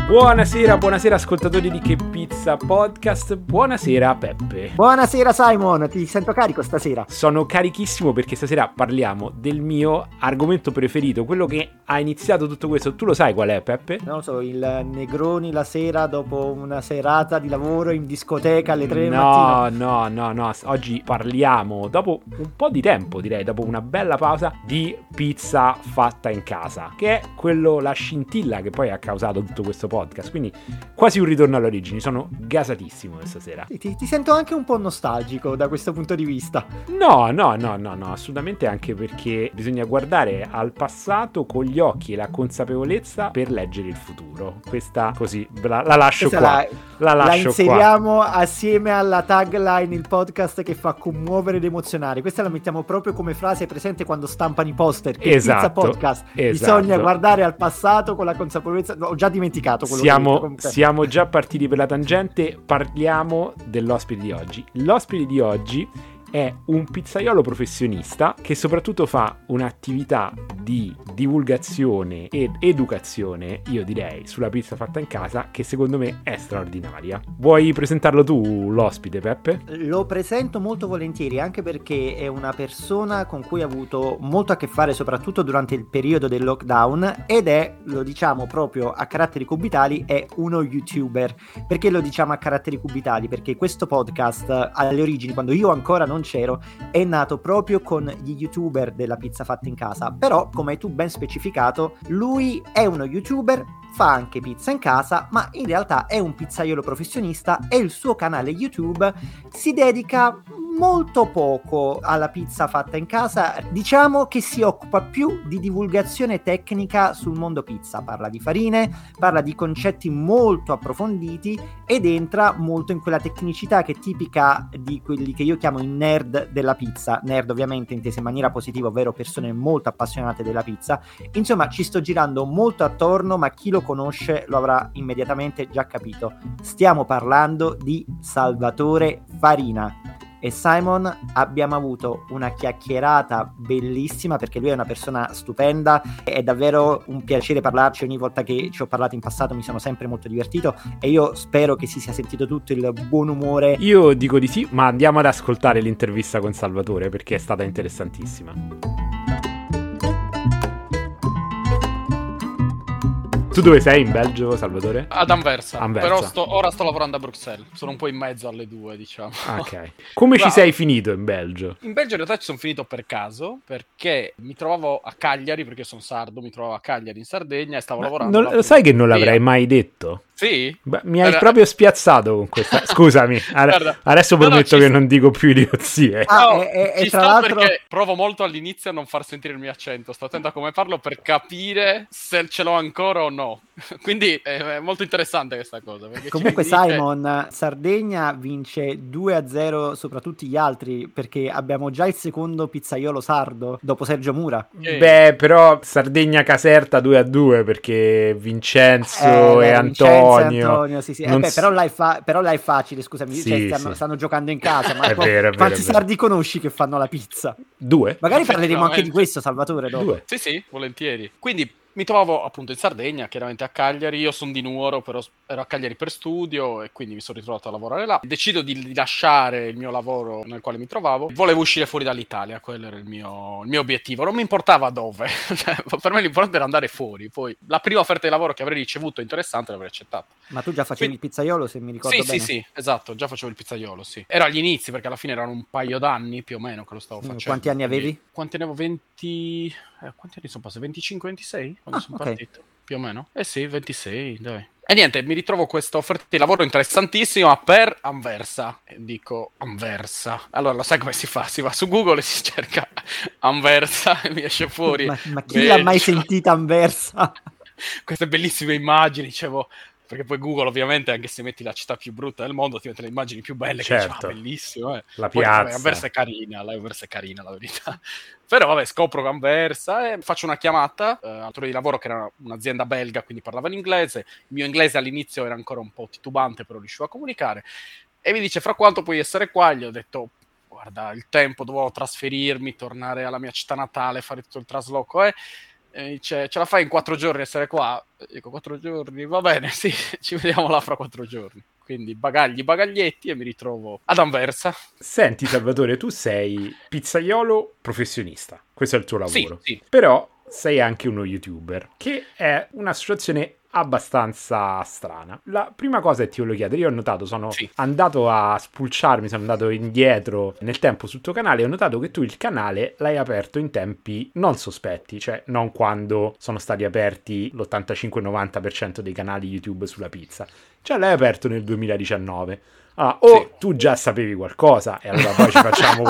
Buonasera ascoltatori di Che Pizza Podcast, buonasera Peppe. Buonasera Simon, ti sento carico stasera. Sono carichissimo perché stasera parliamo del mio argomento preferito, quello che ha iniziato tutto questo. Tu lo sai qual è, Peppe? Non lo so, il Negroni la sera dopo una serata di lavoro in discoteca alle 3 del mattino. No, oggi parliamo, dopo un po' di tempo direi, dopo una bella pausa, di pizza fatta in casa, che è la scintilla che poi ha causato tutto questo podcast, quindi quasi un ritorno alle origini. Sono gasatissimo questa sera. Ti sento anche un po' nostalgico da questo punto di vista. No, assolutamente, anche perché bisogna guardare al passato con gli occhi e la consapevolezza per leggere il futuro. Questa così la lascio qua. La inseriamo assieme alla tagline, il podcast che fa commuovere ed emozionare. Questa la mettiamo proprio come frase presente quando stampano i poster. Che Pizza Podcast. Bisogna guardare al passato con la consapevolezza. Ho già dimenticato quello siamo già partiti per la tangente. Parliamo dell'ospite di oggi. L'ospite di oggi è un pizzaiolo professionista che soprattutto fa un'attività di divulgazione ed educazione, io direi, sulla pizza fatta in casa, che secondo me è straordinaria. Vuoi presentarlo tu, l'ospite, Peppe? Lo presento molto volentieri, anche perché è una persona con cui ho avuto molto a che fare, soprattutto durante il periodo del lockdown, ed è, lo diciamo proprio a caratteri cubitali, è uno YouTuber. Perché lo diciamo a caratteri cubitali? Perché questo podcast, alle origini, quando io ancora non c'ero, è nato proprio con gli YouTuber della pizza fatta in casa. Però, come hai tu ben specificato, lui è uno YouTuber, fa anche pizza in casa, ma in realtà è un pizzaiolo professionista e il suo canale YouTube si dedica molto poco alla pizza fatta in casa. Diciamo che si occupa più di divulgazione tecnica sul mondo pizza, parla di farine, parla di concetti molto approfonditi ed entra molto in quella tecnicità che è tipica di quelli che io chiamo i nerd della pizza, nerd ovviamente intesa in maniera positiva, ovvero persone molto appassionate della pizza. Insomma, ci sto girando molto attorno, ma chi lo conosce lo avrà immediatamente già capito. Stiamo parlando di Salvatore Farina. E Simon, abbiamo avuto una chiacchierata bellissima perché lui è una persona stupenda, è davvero un piacere parlarci. Ogni volta che ci ho parlato in passato mi sono sempre molto divertito e io spero che si sia sentito tutto il buon umore. Io dico di sì, ma andiamo ad ascoltare l'intervista con Salvatore perché è stata interessantissima. Tu dove sei in Belgio, Salvatore? Ad Anversa. Però ora sto lavorando a Bruxelles. Sono un po' in mezzo alle due, diciamo. Ok. Come ci sei finito in Belgio? In Belgio in realtà ci sono finito per caso, perché mi trovavo a Cagliari, perché sono sardo, mi trovavo a Cagliari in Sardegna e stavo lavorando. Lo sai che non l'avrei mai detto? Sì? Beh, mi hai proprio spiazzato con questa. Scusami, adesso prometto che non dico più idiozie. Ci tra l'altro, perché provo molto all'inizio a non far sentire il mio accento. Sto attento a come parlo per capire se ce l'ho ancora o no. Quindi è molto interessante questa cosa. Comunque Simon, Sardegna vince 2-0 sopra tutti gli altri, perché abbiamo già il secondo pizzaiolo sardo dopo Sergio Mura. Beh, però Sardegna Caserta 2-2 perché Vincenzo e Antonio. Sì. Però là è facile, scusami, stanno giocando in casa. Ma è vero, quanti sardi conosci che fanno la pizza? 2. Magari parleremo anche di questo, Salvatore, dopo. 2. Sì, volentieri. Quindi mi trovavo appunto in Sardegna, chiaramente a Cagliari. Io sono di Nuoro, però ero a Cagliari per studio e quindi mi sono ritrovato a lavorare là. Decido di lasciare il mio lavoro nel quale mi trovavo. Volevo uscire fuori dall'Italia, quello era il mio obiettivo. Non mi importava dove, per me l'importante era andare fuori. Poi la prima offerta di lavoro che avrei ricevuto interessante l'avrei accettata. Ma tu già facevi il pizzaiolo, se mi ricordo bene? Sì, esatto, già facevo il pizzaiolo, sì. Era agli inizi, perché alla fine erano un paio d'anni più o meno che lo stavo facendo. Quanti anni avevi? Quanti ne avevo? 20... quanti anni sono passati? 25-26? Quando sono partito? Più o meno? Sì, 26, dai. E niente, mi ritrovo questa offerta di lavoro interessantissima per Anversa. E dico, Anversa. Allora, lo sai come si fa? Si va su Google e si cerca Anversa e mi esce fuori. Ma chi l'ha mai sentita Anversa? Queste bellissime immagini, dicevo... Perché poi Google ovviamente, anche se metti la città più brutta del mondo, ti mette le immagini più belle, certo. Che bellissimo. La poi, piazza. Anversa è carina, la verità. Però vabbè, scopro che Anversa e faccio una chiamata al datore di lavoro, che era un'azienda belga, quindi parlava in inglese. Il mio inglese all'inizio era ancora un po' titubante, però riuscivo a comunicare. E mi dice, fra quanto puoi essere qua? Gli ho detto, guarda, il tempo, dovevo trasferirmi, tornare alla mia città natale, fare tutto il trasloco, E dice, ce la fai in 4 giorni essere qua? Dico, 4 giorni, va bene, sì, ci vediamo là fra 4 giorni. Quindi bagaglietti e mi ritrovo ad Anversa. Senti Salvatore, tu sei pizzaiolo professionista, questo è il tuo lavoro. Sì. Però sei anche uno YouTuber, che è un'associazione abbastanza strana. La prima cosa che ti voglio chiedere, io ho notato, sono andato a spulciarmi, sono andato indietro nel tempo sul tuo canale e ho notato che tu il canale l'hai aperto in tempi non sospetti, cioè non quando sono stati aperti l'85-90% dei canali YouTube sulla pizza, cioè l'hai aperto nel 2019. Allora, tu già sapevi qualcosa e allora poi ci facciamo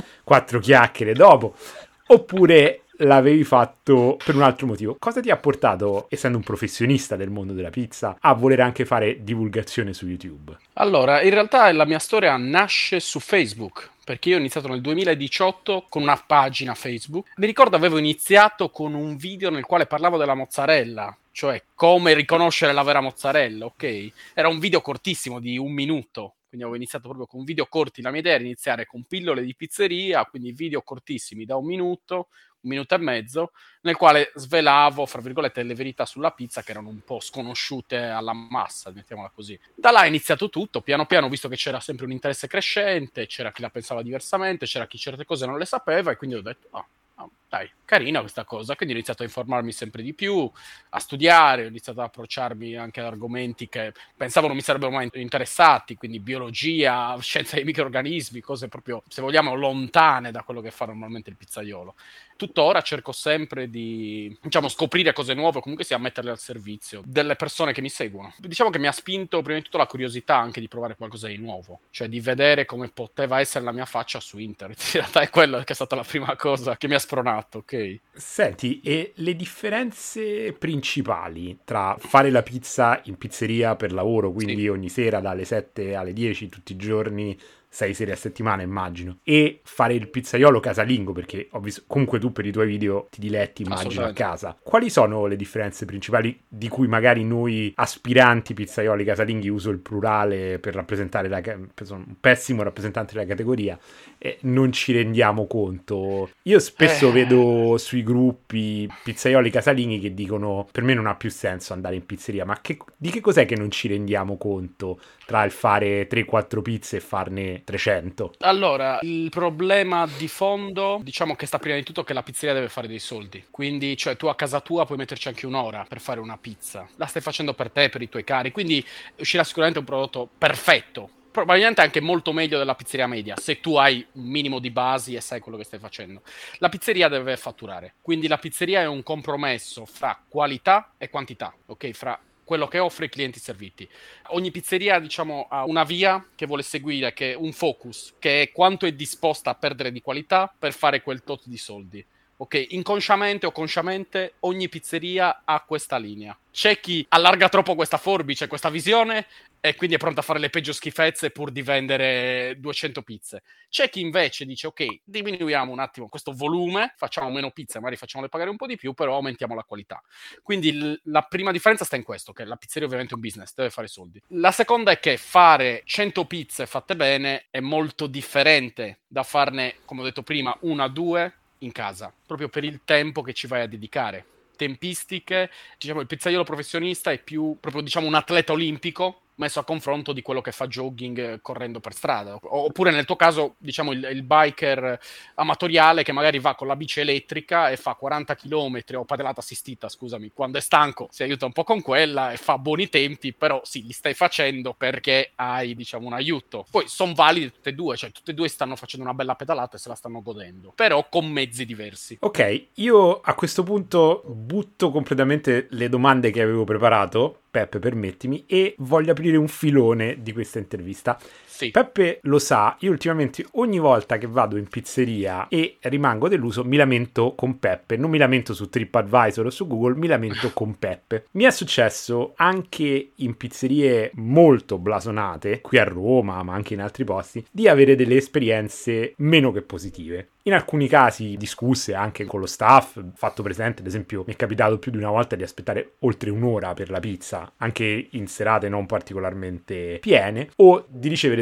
4 chiacchiere dopo, oppure l'avevi fatto per un altro motivo. Cosa ti ha portato, essendo un professionista del mondo della pizza, a voler anche fare divulgazione su YouTube? Allora, in realtà la mia storia nasce su Facebook, perché io ho iniziato nel 2018 con una pagina Facebook. Mi ricordo avevo iniziato con un video nel quale parlavo della mozzarella, cioè come riconoscere la vera mozzarella, ok? Era un video cortissimo di 1 minuto. Quindi avevo iniziato proprio con video corti. La mia idea era iniziare con pillole di pizzeria, quindi video cortissimi da 1 minuto, 1 minuto e mezzo, nel quale svelavo, fra virgolette, le verità sulla pizza che erano un po' sconosciute alla massa, mettiamola così. Da là è iniziato tutto, piano piano, visto che c'era sempre un interesse crescente, c'era chi la pensava diversamente, c'era chi certe cose non le sapeva, e quindi ho detto, dai, carina questa cosa. Quindi ho iniziato a informarmi sempre di più, a studiare, ho iniziato ad approcciarmi anche ad argomenti che pensavo non mi sarebbero mai interessati, quindi biologia, scienza dei microrganismi, cose proprio, se vogliamo, lontane da quello che fa normalmente il pizzaiolo. Tuttora cerco sempre di, diciamo, scoprire cose nuove, comunque sia metterle al servizio delle persone che mi seguono. Diciamo che mi ha spinto prima di tutto la curiosità anche di provare qualcosa di nuovo, cioè di vedere come poteva essere la mia faccia su internet. In realtà è quella che è stata la prima cosa che mi ha spronato, ok? Senti, e le differenze principali tra fare la pizza in pizzeria per lavoro, quindi ogni sera dalle 7 alle 10 tutti i giorni, 6 sere a settimana immagino, e fare il pizzaiolo casalingo, perché ho visto, comunque tu per i tuoi video ti diletti immagino a casa, quali sono le differenze principali di cui magari noi aspiranti pizzaioli casalinghi, uso il plurale per rappresentare sono un pessimo rappresentante della categoria, non ci rendiamo conto? Io spesso vedo sui gruppi pizzaioli casalinghi che dicono per me non ha più senso andare in pizzeria, ma di che cos'è che non ci rendiamo conto tra il fare 3-4 pizze e farne 300? Allora, il problema di fondo, diciamo che sta prima di tutto che la pizzeria deve fare dei soldi. Quindi, cioè, tu a casa tua puoi metterci anche 1 ora per fare una pizza. La stai facendo per te, per i tuoi cari. Quindi uscirà sicuramente un prodotto perfetto. Probabilmente anche molto meglio della pizzeria media, se tu hai un minimo di basi e sai quello che stai facendo. La pizzeria deve fatturare. Quindi la pizzeria è un compromesso fra qualità e quantità, ok? Fra quello che offre i clienti serviti. Ogni pizzeria, diciamo, ha una via che vuole seguire, che è un focus, che è quanto è disposta a perdere di qualità per fare quel tot di soldi. Ok, inconsciamente o consciamente ogni pizzeria ha questa linea. C'è chi allarga troppo questa forbice, questa visione, e quindi è pronto a fare le peggio schifezze pur di vendere 200 pizze. C'è chi invece dice, ok, diminuiamo un attimo questo volume, facciamo meno pizze, magari facciamole pagare un po' di più, però aumentiamo la qualità. Quindi la prima differenza sta in questo, che la pizzeria ovviamente è un business, deve fare soldi. La seconda è che fare 100 pizze fatte bene è molto differente da farne, come ho detto prima, 1-2 in casa, proprio per il tempo che ci vai a dedicare. Tempistiche, diciamo, il pizzaiolo professionista è più proprio, diciamo, un atleta olimpico messo a confronto di quello che fa jogging correndo per strada, oppure nel tuo caso, diciamo, il biker amatoriale che magari va con la bici elettrica e fa 40 km o pedalata assistita, scusami, quando è stanco si aiuta un po' con quella e fa buoni tempi, però sì, li stai facendo perché hai, diciamo, un aiuto. Poi sono validi tutte e due, cioè tutte e due stanno facendo una bella pedalata e se la stanno godendo, però con mezzi diversi. Ok, io a questo punto butto completamente le domande che avevo preparato, Peppe, permettimi, e voglio aprire un filone di questa intervista. Sì. Peppe lo sa, io ultimamente ogni volta che vado in pizzeria e rimango deluso mi lamento con Peppe, non mi lamento su TripAdvisor o su Google, mi lamento con Peppe. Mi è successo anche in pizzerie molto blasonate, qui a Roma ma anche in altri posti, di avere delle esperienze meno che positive. In alcuni casi discusse anche con lo staff, fatto presente, ad esempio mi è capitato più di una volta di aspettare oltre 1 ora per la pizza, anche in serate non particolarmente piene, o di ricevere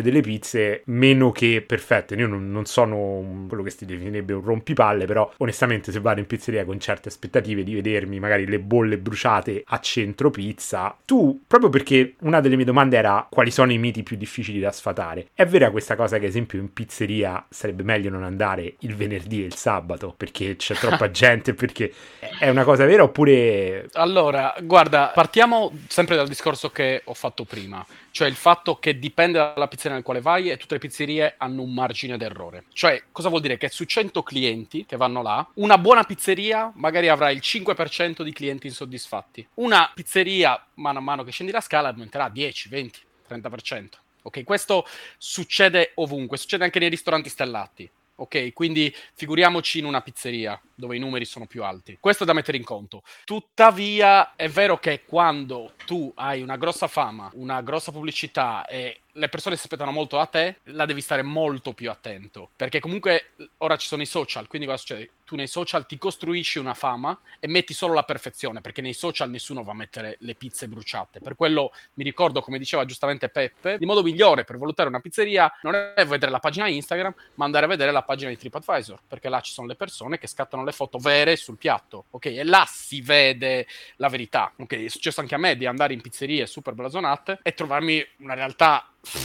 aspettative delle pizze meno che perfette. Io non sono quello che si definirebbe un rompipalle, però onestamente se vado in pizzeria con certe aspettative di vedermi magari le bolle bruciate a centro pizza, tu, proprio perché una delle mie domande era quali sono i miti più difficili da sfatare, è vera questa cosa che ad esempio in pizzeria sarebbe meglio non andare il venerdì e il sabato perché c'è troppa gente, perché è una cosa vera oppure... Allora, guarda, partiamo sempre dal discorso che ho fatto prima, cioè il fatto che dipende dalla pizzeria nel quale vai e tutte le pizzerie hanno un margine d'errore. Cioè, cosa vuol dire? Che su 100 clienti che vanno là, una buona pizzeria magari avrà il 5% di clienti insoddisfatti. Una pizzeria, mano a mano che scendi la scala, aumenterà 10, 20, 30%. Ok, questo succede ovunque, succede anche nei ristoranti stellati. Ok, quindi figuriamoci in una pizzeria dove i numeri sono più alti. Questo è da mettere in conto. Tuttavia, è vero che quando tu hai una grossa fama, una grossa pubblicità e le persone si aspettano molto da te, la devi stare molto più attento. Perché comunque ora ci sono i social, quindi cosa succede? Tu nei social ti costruisci una fama e metti solo la perfezione, perché nei social nessuno va a mettere le pizze bruciate. Per quello mi ricordo, come diceva giustamente Peppe, il modo migliore per valutare una pizzeria non è vedere la pagina Instagram, ma andare a vedere la pagina di TripAdvisor, perché là ci sono le persone che scattano le foto vere sul piatto, ok? E là si vede la verità, ok? È successo anche a me di andare in pizzerie super blasonate e trovarmi una realtà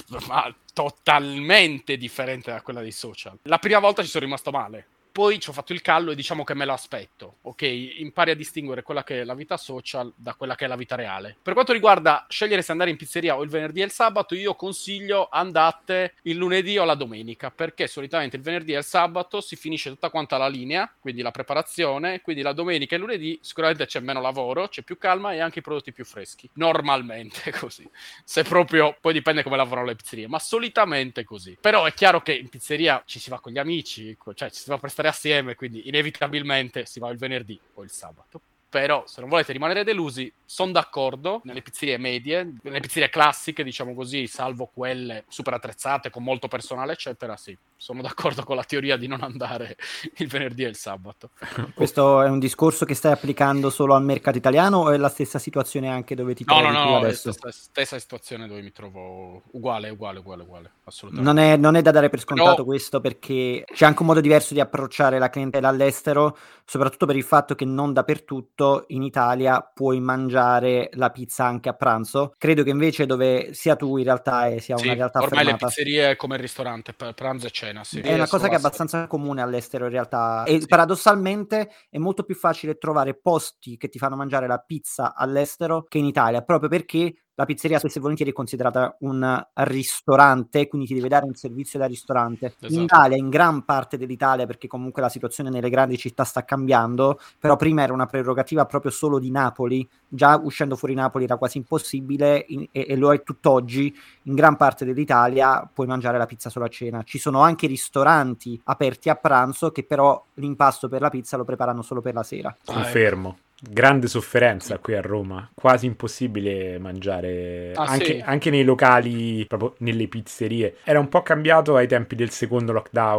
totalmente differente da quella dei social. La prima volta ci sono rimasto male. Poi ci ho fatto il callo e diciamo che me lo aspetto, ok? Impari a distinguere quella che è la vita social da quella che è la vita reale. Per quanto riguarda scegliere se andare in pizzeria o il venerdì e il sabato, io consiglio andate il lunedì o la domenica, perché solitamente il venerdì e il sabato si finisce tutta quanta la linea, quindi la preparazione, quindi la domenica e il lunedì sicuramente c'è meno lavoro, c'è più calma e anche i prodotti più freschi. Normalmente è così. Se proprio, poi dipende come lavorano le pizzerie, ma solitamente è così. Però è chiaro che in pizzeria ci si va con gli amici, cioè ci si va per stare assieme, quindi inevitabilmente si va il venerdì o il sabato. Però se non volete rimanere delusi, sono d'accordo, nelle pizzerie medie, nelle pizzerie classiche, diciamo così, salvo quelle super attrezzate con molto personale eccetera, sì, sono d'accordo con la teoria di non andare il venerdì e il sabato. Questo è un discorso che stai applicando solo al mercato italiano o è la stessa situazione anche dove ti trovi tu adesso? No, è la stessa situazione dove mi trovo, uguale, assolutamente. Non è da dare per scontato questo, perché c'è anche un modo diverso di approcciare la clientela all'estero, soprattutto per il fatto che non dappertutto in Italia puoi mangiare la pizza anche a pranzo. Credo che invece dove sia tu in realtà sia una realtà ormai fermata. Le pizzerie è come il ristorante, per pranzo e cena, sì. È una cosa che è abbastanza comune all'estero in realtà, e paradossalmente è molto più facile trovare posti che ti fanno mangiare la pizza all'estero che in Italia, proprio perché la pizzeria spesso e volentieri è considerata un ristorante, quindi ti deve dare un servizio da ristorante. Esatto. In Italia, in gran parte dell'Italia, perché comunque la situazione nelle grandi città sta cambiando, però prima era una prerogativa proprio solo di Napoli, già uscendo fuori Napoli era quasi impossibile e lo è tutt'oggi. In gran parte dell'Italia puoi mangiare la pizza solo a cena. Ci sono anche ristoranti aperti a pranzo che però l'impasto per la pizza lo preparano solo per la sera. Confermo. Grande sofferenza qui a Roma, quasi impossibile mangiare anche nei locali, proprio nelle pizzerie. Era un po' cambiato ai tempi del secondo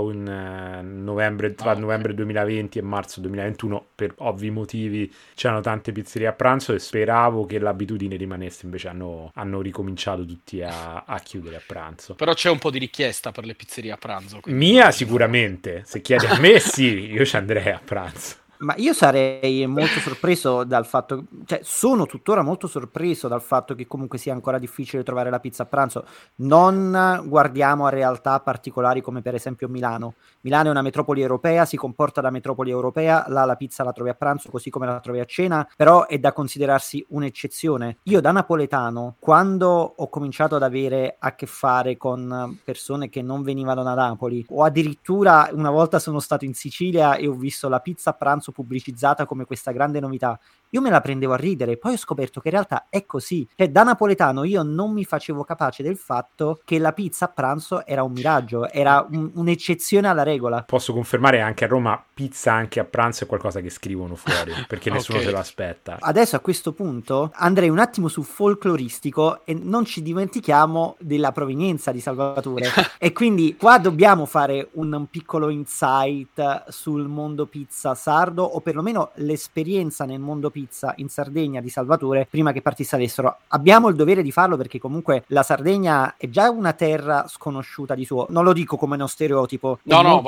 lockdown, tra novembre 2020 e marzo 2021, per ovvi motivi c'erano tante pizzerie a pranzo e speravo che l'abitudine rimanesse, invece hanno ricominciato tutti a chiudere a pranzo. Però c'è un po' di richiesta per le pizzerie a pranzo. Mia sicuramente, se chiedi a me sì, io ci andrei a pranzo. Ma io sarei molto sorpreso dal fatto, cioè sono tuttora molto sorpreso dal fatto che comunque sia ancora difficile trovare la pizza a pranzo. Non guardiamo a realtà particolari come per esempio Milano. Milano è una metropoli europea, si comporta da metropoli europea, là la pizza la trovi a pranzo così come la trovi a cena, però è da considerarsi un'eccezione. Io da napoletano, quando ho cominciato ad avere a che fare con persone che non venivano da Napoli, o addirittura una volta sono stato in Sicilia e ho visto la pizza a pranzo pubblicizzata come questa grande novità, io me la prendevo a ridere, poi ho scoperto che in realtà è così. Cioè, da napoletano io non mi facevo capace del fatto che la pizza a pranzo era un miraggio, era un'eccezione alla regola. Posso confermare anche a Roma pizza anche a pranzo è qualcosa che scrivono fuori, perché nessuno se lo aspetta. Adesso a questo punto andrei un attimo su folcloristico e non ci dimentichiamo della provenienza di Salvatore. E quindi qua dobbiamo fare un piccolo insight sul mondo pizza sardo ricordo, o perlomeno l'esperienza nel mondo pizza in Sardegna di Salvatore prima che partisse all'estero. Abbiamo il dovere di farlo perché comunque la Sardegna è già una terra sconosciuta di suo. Non lo dico come uno stereotipo,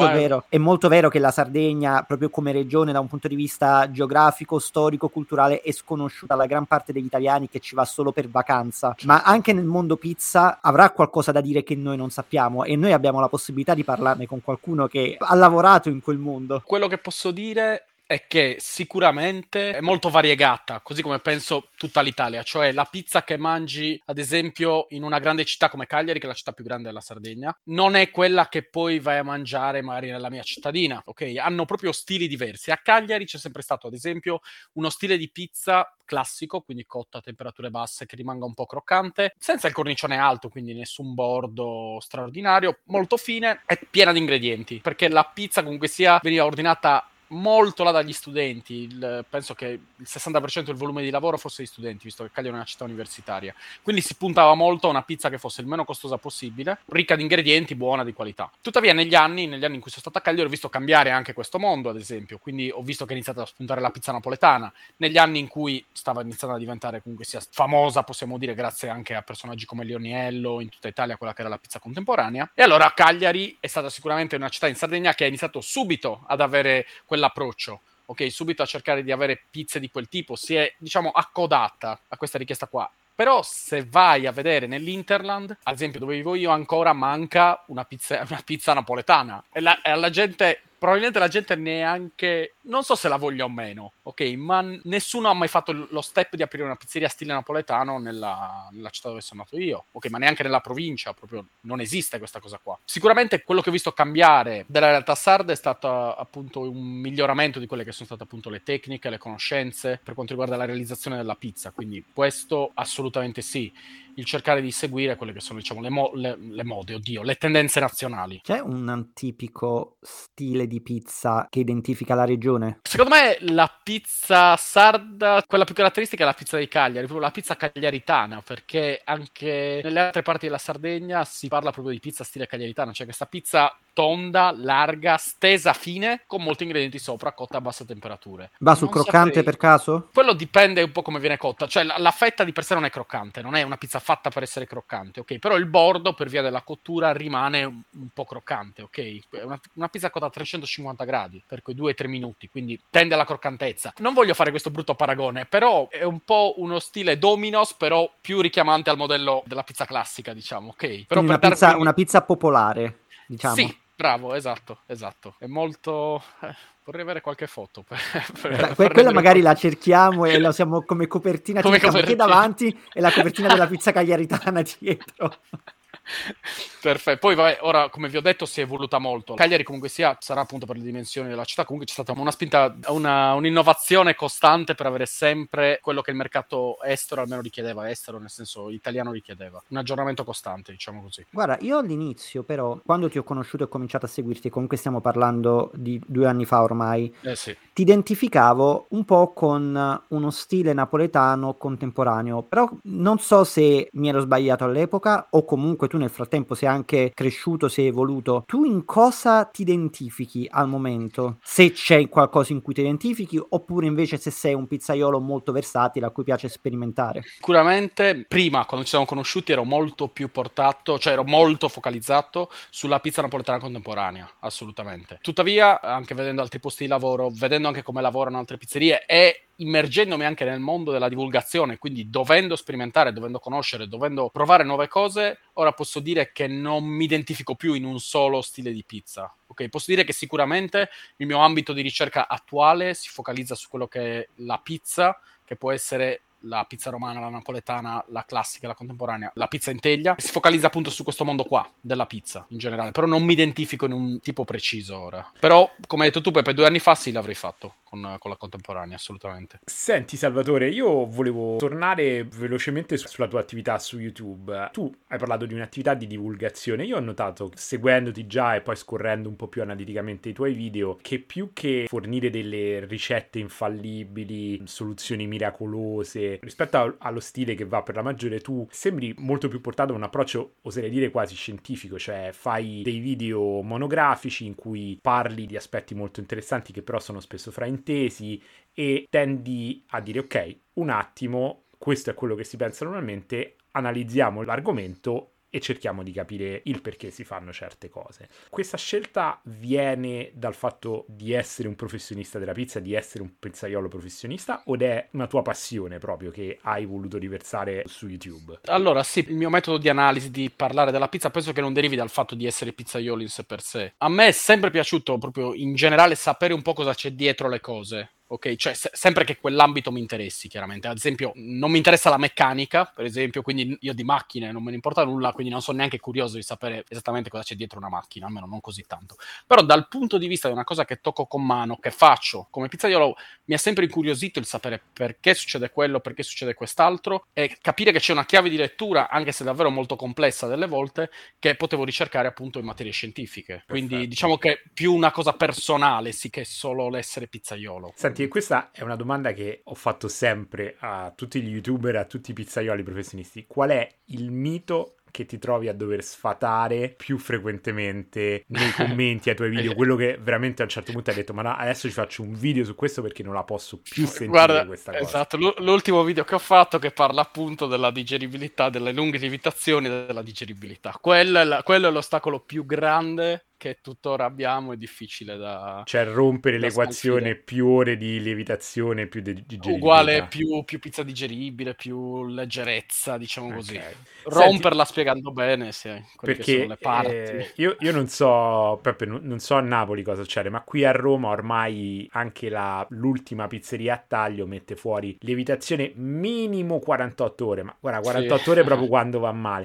è molto vero che la Sardegna, proprio come regione da un punto di vista geografico, storico, culturale, è sconosciuta alla gran parte degli italiani che ci va solo per vacanza, ma anche nel mondo pizza avrà qualcosa da dire che noi non sappiamo e noi abbiamo la possibilità di parlarne con qualcuno che ha lavorato in quel mondo. Quello che posso dire è che sicuramente è molto variegata, così come penso tutta l'Italia, cioè la pizza che mangi ad esempio in una grande città come Cagliari, che è la città più grande della Sardegna, non è quella che poi vai a mangiare magari nella mia cittadina, ok? Hanno proprio stili diversi. A Cagliari c'è sempre stato ad esempio uno stile di pizza classico, quindi cotta a temperature basse che rimanga un po' croccante, senza il cornicione alto, quindi nessun bordo straordinario, molto fine e piena di ingredienti, perché la pizza comunque sia veniva ordinata molto là dagli studenti. Penso che il 60% del volume di lavoro fosse di studenti, visto che Cagliari è una città universitaria, quindi si puntava molto a una pizza che fosse il meno costosa possibile, ricca di ingredienti, buona, di qualità. Tuttavia negli anni in cui sono stato a Cagliari ho visto cambiare anche questo mondo, ad esempio, quindi ho visto che è iniziata a spuntare la pizza napoletana negli anni in cui stava iniziando a diventare comunque sia famosa, possiamo dire, grazie anche a personaggi come Leoniello, in tutta Italia, quella che era la pizza contemporanea. E allora Cagliari è stata sicuramente una città in Sardegna che ha iniziato subito ad avere l'approccio, ok, subito a cercare di avere pizze di quel tipo, si è, diciamo, accodata a questa richiesta qua. Però se vai a vedere nell'Interland, ad esempio dove vivo io, ancora manca una pizza napoletana e alla gente, probabilmente la gente neanche, non so se la voglia o meno, ok, ma nessuno ha mai fatto lo step di aprire una pizzeria stile napoletano nella città dove sono nato io, ok, ma neanche nella provincia, proprio non esiste questa cosa qua. Sicuramente quello che ho visto cambiare della realtà sarda è stato appunto un miglioramento di quelle che sono state appunto le tecniche, le conoscenze per quanto riguarda la realizzazione della pizza, quindi questo assolutamente sì, il cercare di seguire quelle che sono, diciamo, le mode, oddio, le tendenze nazionali. C'è un tipico stile di pizza che identifica la regione? Secondo me la pizza sarda, quella più caratteristica è la pizza di Cagliari, proprio la pizza cagliaritana, perché anche nelle altre parti della Sardegna si parla proprio di pizza stile cagliaritana, cioè questa pizza tonda, larga, stesa, fine, con molti ingredienti sopra, cotta a basse temperature. Va sul croccante per caso? Quello dipende un po' come viene cotta, cioè la fetta di per sé non è croccante, non è una pizza fatta per essere croccante, ok? Però il bordo, per via della cottura, rimane un po' croccante, ok? È una pizza cotta a 350 gradi, per quei 2-3 minuti, quindi tende alla croccantezza. Non voglio fare questo brutto paragone, però è un po' uno stile Domino's, però più richiamante al modello della pizza classica, diciamo, ok? Però per una pizza popolare, diciamo. Sì, bravo, esatto. È molto... vorrei avere qualche foto. Quella magari la cerchiamo e la usiamo come copertina. Come copertina. Che davanti è la copertina della pizza cagliaritana dietro. Perfetto. Poi vabbè, ora come vi ho detto si è evoluta molto. Cagliari comunque sia, sarà appunto per le dimensioni della città, comunque c'è stata una spinta, un'innovazione costante per avere sempre quello che il mercato estero almeno richiedeva, estero nel senso italiano richiedeva, un aggiornamento costante, diciamo così. Guarda, io all'inizio però, quando ti ho conosciuto e ho cominciato a seguirti, comunque stiamo parlando di 2 anni fa ormai, sì. Ti identificavo un po' con uno stile napoletano contemporaneo, però non so se mi ero sbagliato all'epoca o comunque tu nel frattempo sei anche cresciuto, sei evoluto. Tu in cosa ti identifichi al momento? Se c'è qualcosa in cui ti identifichi oppure invece se sei un pizzaiolo molto versatile a cui piace sperimentare? Sicuramente prima, quando ci siamo conosciuti, ero molto più portato, cioè ero molto focalizzato sulla pizza napoletana contemporanea, assolutamente. Tuttavia, anche vedendo altri posti di lavoro, vedendo anche come lavorano altre pizzerie e immergendomi anche nel mondo della divulgazione, quindi dovendo sperimentare, dovendo conoscere, dovendo provare nuove cose, ora posso dire che non mi identifico più in un solo stile di pizza. Ok, posso dire che sicuramente il mio ambito di ricerca attuale si focalizza su quello che è la pizza, che può essere la pizza romana, la napoletana, la classica, la contemporanea, la pizza in teglia. Si focalizza appunto su questo mondo qua, della pizza in generale, però non mi identifico in un tipo preciso ora. Però, come hai detto tu, Peppe, 2 anni fa sì, l'avrei fatto con la contemporanea, assolutamente. Senti Salvatore, io volevo tornare velocemente sulla tua attività su YouTube. Tu hai parlato di un'attività di divulgazione. Io ho notato, seguendoti già e poi scorrendo un po' più analiticamente i tuoi video, che più che fornire delle ricette infallibili, soluzioni miracolose, che rispetto allo stile che va per la maggiore, tu sembri molto più portato a un approccio, oserei dire, quasi scientifico, cioè fai dei video monografici in cui parli di aspetti molto interessanti che però sono spesso fraintesi e tendi a dire ok, un attimo, questo è quello che si pensa normalmente, analizziamo l'argomento e cerchiamo di capire il perché si fanno certe cose. Questa scelta viene dal fatto di essere un professionista della pizza, di essere un pizzaiolo professionista, o è una tua passione proprio che hai voluto riversare su YouTube? Allora, sì, il mio metodo di analisi, di parlare della pizza, penso che non derivi dal fatto di essere pizzaiolo in sé per sé. A me è sempre piaciuto proprio in generale sapere un po' cosa c'è dietro le cose. Ok, cioè sempre che quell'ambito mi interessi, chiaramente. Ad esempio, non mi interessa la meccanica, per esempio, quindi io di macchine non me ne importa nulla, quindi non sono neanche curioso di sapere esattamente cosa c'è dietro una macchina, almeno non così tanto. Però dal punto di vista di una cosa che tocco con mano, che faccio come pizzaiolo, mi ha sempre incuriosito il sapere perché succede quello, perché succede quest'altro, e capire che c'è una chiave di lettura, anche se davvero molto complessa delle volte, che potevo ricercare appunto in materie scientifiche. Quindi Perfetto. diciamo che più una cosa personale, sì, che solo l'essere pizzaiolo. Senti, e questa è una domanda che ho fatto sempre a tutti gli youtuber, a tutti i pizzaioli professionisti. Qual è il mito che ti trovi a dover sfatare più frequentemente nei commenti ai tuoi video? Quello che veramente a un certo punto hai detto, ma no, adesso ci faccio un video su questo perché non la posso più sentire. Guarda, questa cosa. esatto, l'ultimo video che ho fatto che parla appunto della digeribilità, delle lunghe lievitazioni e della digeribilità. Quello è l'ostacolo più grande che tuttora abbiamo, è difficile da... Cioè rompere da l'equazione, sconfiggere. più ore di lievitazione, più digeribilità. Uguale, più pizza digeribile, più leggerezza, diciamo così. Ok. Romperla spiegando bene, sì, quelle che sono Perché le parti. io non so, Peppe, non so a Napoli cosa succede, ma qui a Roma ormai anche l'ultima pizzeria a taglio mette fuori lievitazione minimo 48 ore, ma guarda, 48 Sì. ore proprio quando va male.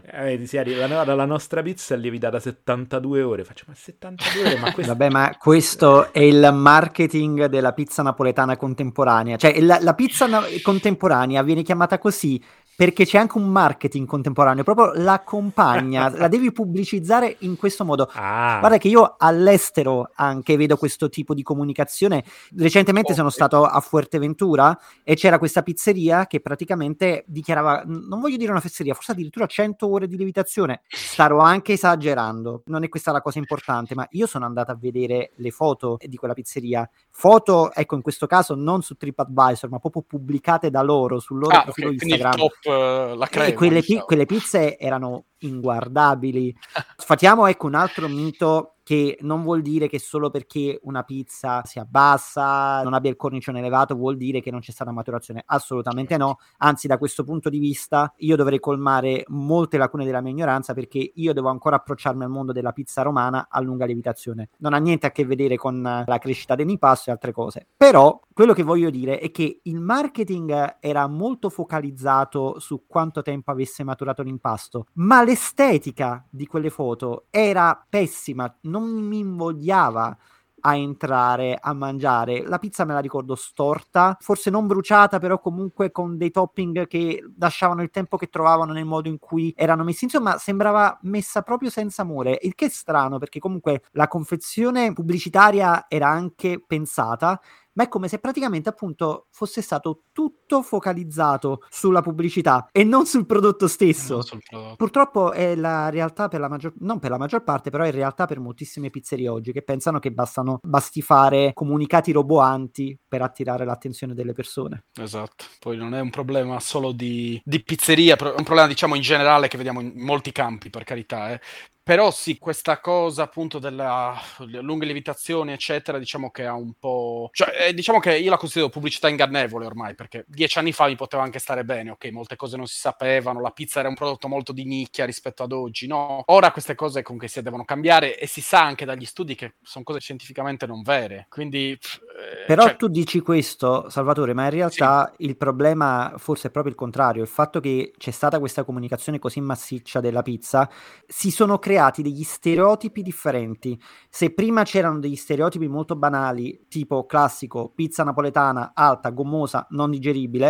La nostra pizza è lievitata 72 ore, faccio ma 72 ore, ma questo... Vabbè, ma questo è il marketing della pizza napoletana contemporanea. Cioè, la pizza contemporanea viene chiamata così perché c'è anche un marketing contemporaneo, proprio la accompagna, la devi pubblicizzare in questo modo. Ah, Guarda che io all'estero anche vedo questo tipo di comunicazione. Recentemente sono stato a Fuerteventura e c'era questa pizzeria che praticamente dichiarava, non voglio dire una fesseria, forse addirittura 100 ore di lievitazione. Starò anche esagerando, non è questa la cosa importante, ma io sono andata a vedere le foto di quella pizzeria. Foto, ecco, in questo caso non su TripAdvisor, ma proprio pubblicate da loro, sul loro profilo Ok, quindi il Instagram. top, la crema, Quelle, diciamo. quelle pizze erano inguardabili. Sfatiamo, ecco, un altro mito, che non vuol dire che solo perché una pizza si abbassa, non abbia il cornicione elevato, vuol dire che non c'è stata maturazione. Assolutamente no. Anzi, da questo punto di vista io dovrei colmare molte lacune della mia ignoranza, perché io devo ancora approcciarmi al mondo della pizza romana a lunga lievitazione. Non ha niente a che vedere con la crescita dell'impasto e altre cose. Però quello che voglio dire è che il marketing era molto focalizzato su quanto tempo avesse maturato l'impasto, ma l'estetica di quelle foto era pessima, non mi invogliava a entrare a mangiare. La pizza me la ricordo storta, forse non bruciata, però comunque con dei topping che lasciavano il tempo che trovavano nel modo in cui erano messi. Insomma, sembrava messa proprio senza amore, il che è strano, perché comunque la confezione pubblicitaria era anche pensata, ma è come se praticamente appunto fosse stato tutto focalizzato sulla pubblicità e non sul prodotto stesso. Non sul prodotto. Purtroppo è la realtà non per la maggior parte, però è realtà per moltissime pizzerie oggi, che pensano che basti fare comunicati roboanti per attirare l'attenzione delle persone. Esatto, poi non è un problema solo di pizzeria, è un problema diciamo in generale che vediamo in molti campi, per carità, Però sì, questa cosa appunto della lunga lievitazione eccetera, diciamo che ha un po'... Cioè, diciamo che io la considero pubblicità ingannevole ormai, perché 10 anni fa mi poteva anche stare bene, ok, molte cose non si sapevano, la pizza era un prodotto molto di nicchia rispetto ad oggi, no? Ora queste cose comunque si devono cambiare e si sa anche dagli studi che sono cose scientificamente non vere, quindi... Però tu dici questo, Salvatore, ma in realtà sì. il problema forse è proprio il contrario, il fatto che c'è stata questa comunicazione così massiccia della pizza, si sono creati degli stereotipi differenti. Se prima c'erano degli stereotipi molto banali, tipo classico, pizza napoletana, alta, gommosa, non digeribile,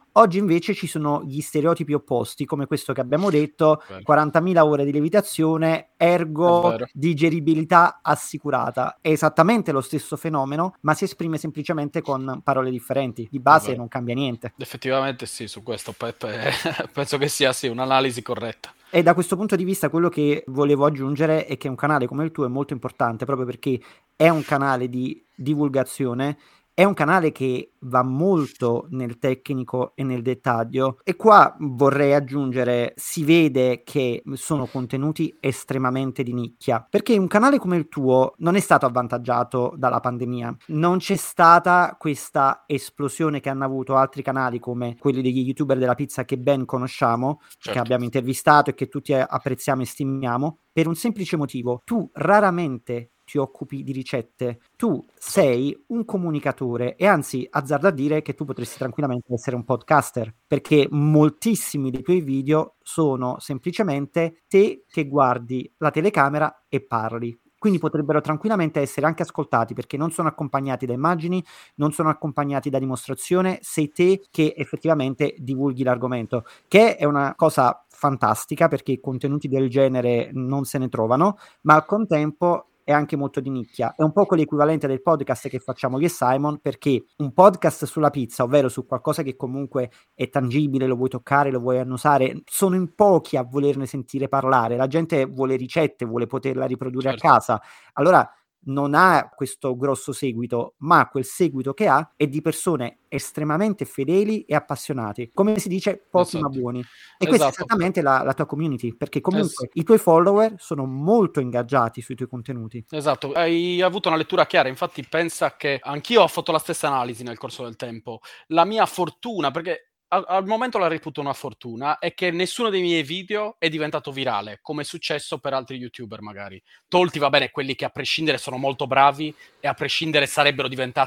Oggi invece ci sono gli stereotipi opposti, come questo che abbiamo detto, 40.000 ore di lievitazione, ergo digeribilità assicurata. È esattamente lo stesso fenomeno, ma si esprime semplicemente con parole differenti. Di base non cambia niente. Effettivamente sì, su questo Peppe penso che sia sì un'analisi corretta. E da questo punto di vista quello che volevo aggiungere è che un canale come il tuo è molto importante proprio perché è un canale di divulgazione, è un canale che va molto nel tecnico e nel dettaglio, e qua vorrei aggiungere, si vede che sono contenuti estremamente di nicchia, perché un canale come il tuo non è stato avvantaggiato dalla pandemia, non c'è stata questa esplosione che hanno avuto altri canali come quelli degli youtuber della pizza che ben conosciamo, che abbiamo intervistato e che tutti apprezziamo e stimiamo, per un semplice motivo: tu raramente ti occupi di ricette, tu sei un comunicatore, e anzi azzardo a dire che tu potresti tranquillamente essere un podcaster, perché moltissimi dei tuoi video sono semplicemente te che guardi la telecamera e parli. Quindi potrebbero tranquillamente essere anche ascoltati, perché non sono accompagnati da immagini, non sono accompagnati da dimostrazione, sei te che effettivamente divulghi l'argomento, che è una cosa fantastica perché contenuti del genere non se ne trovano, ma al contempo è anche molto di nicchia. È un po' l'equivalente del podcast che facciamo io e Simon, perché un podcast sulla pizza, ovvero su qualcosa che comunque è tangibile, lo vuoi toccare, lo vuoi annusare, sono in pochi a volerne sentire parlare. La gente vuole ricette, vuole poterla riprodurre a casa. Allora non ha questo grosso seguito, ma quel seguito che ha è di persone estremamente fedeli e appassionati, come si dice, pochi ma buoni. E questa è esattamente la tua community, perché comunque i tuoi follower sono molto ingaggiati sui tuoi contenuti. Esatto, hai avuto una lettura chiara, infatti pensa che anch'io ho fatto la stessa analisi nel corso del tempo. La mia fortuna, perché al momento la reputo una fortuna, è che nessuno dei miei video è diventato virale, come è successo per altri youtuber magari. Tolti, va bene, quelli che a prescindere sono molto bravi e a prescindere sarebbero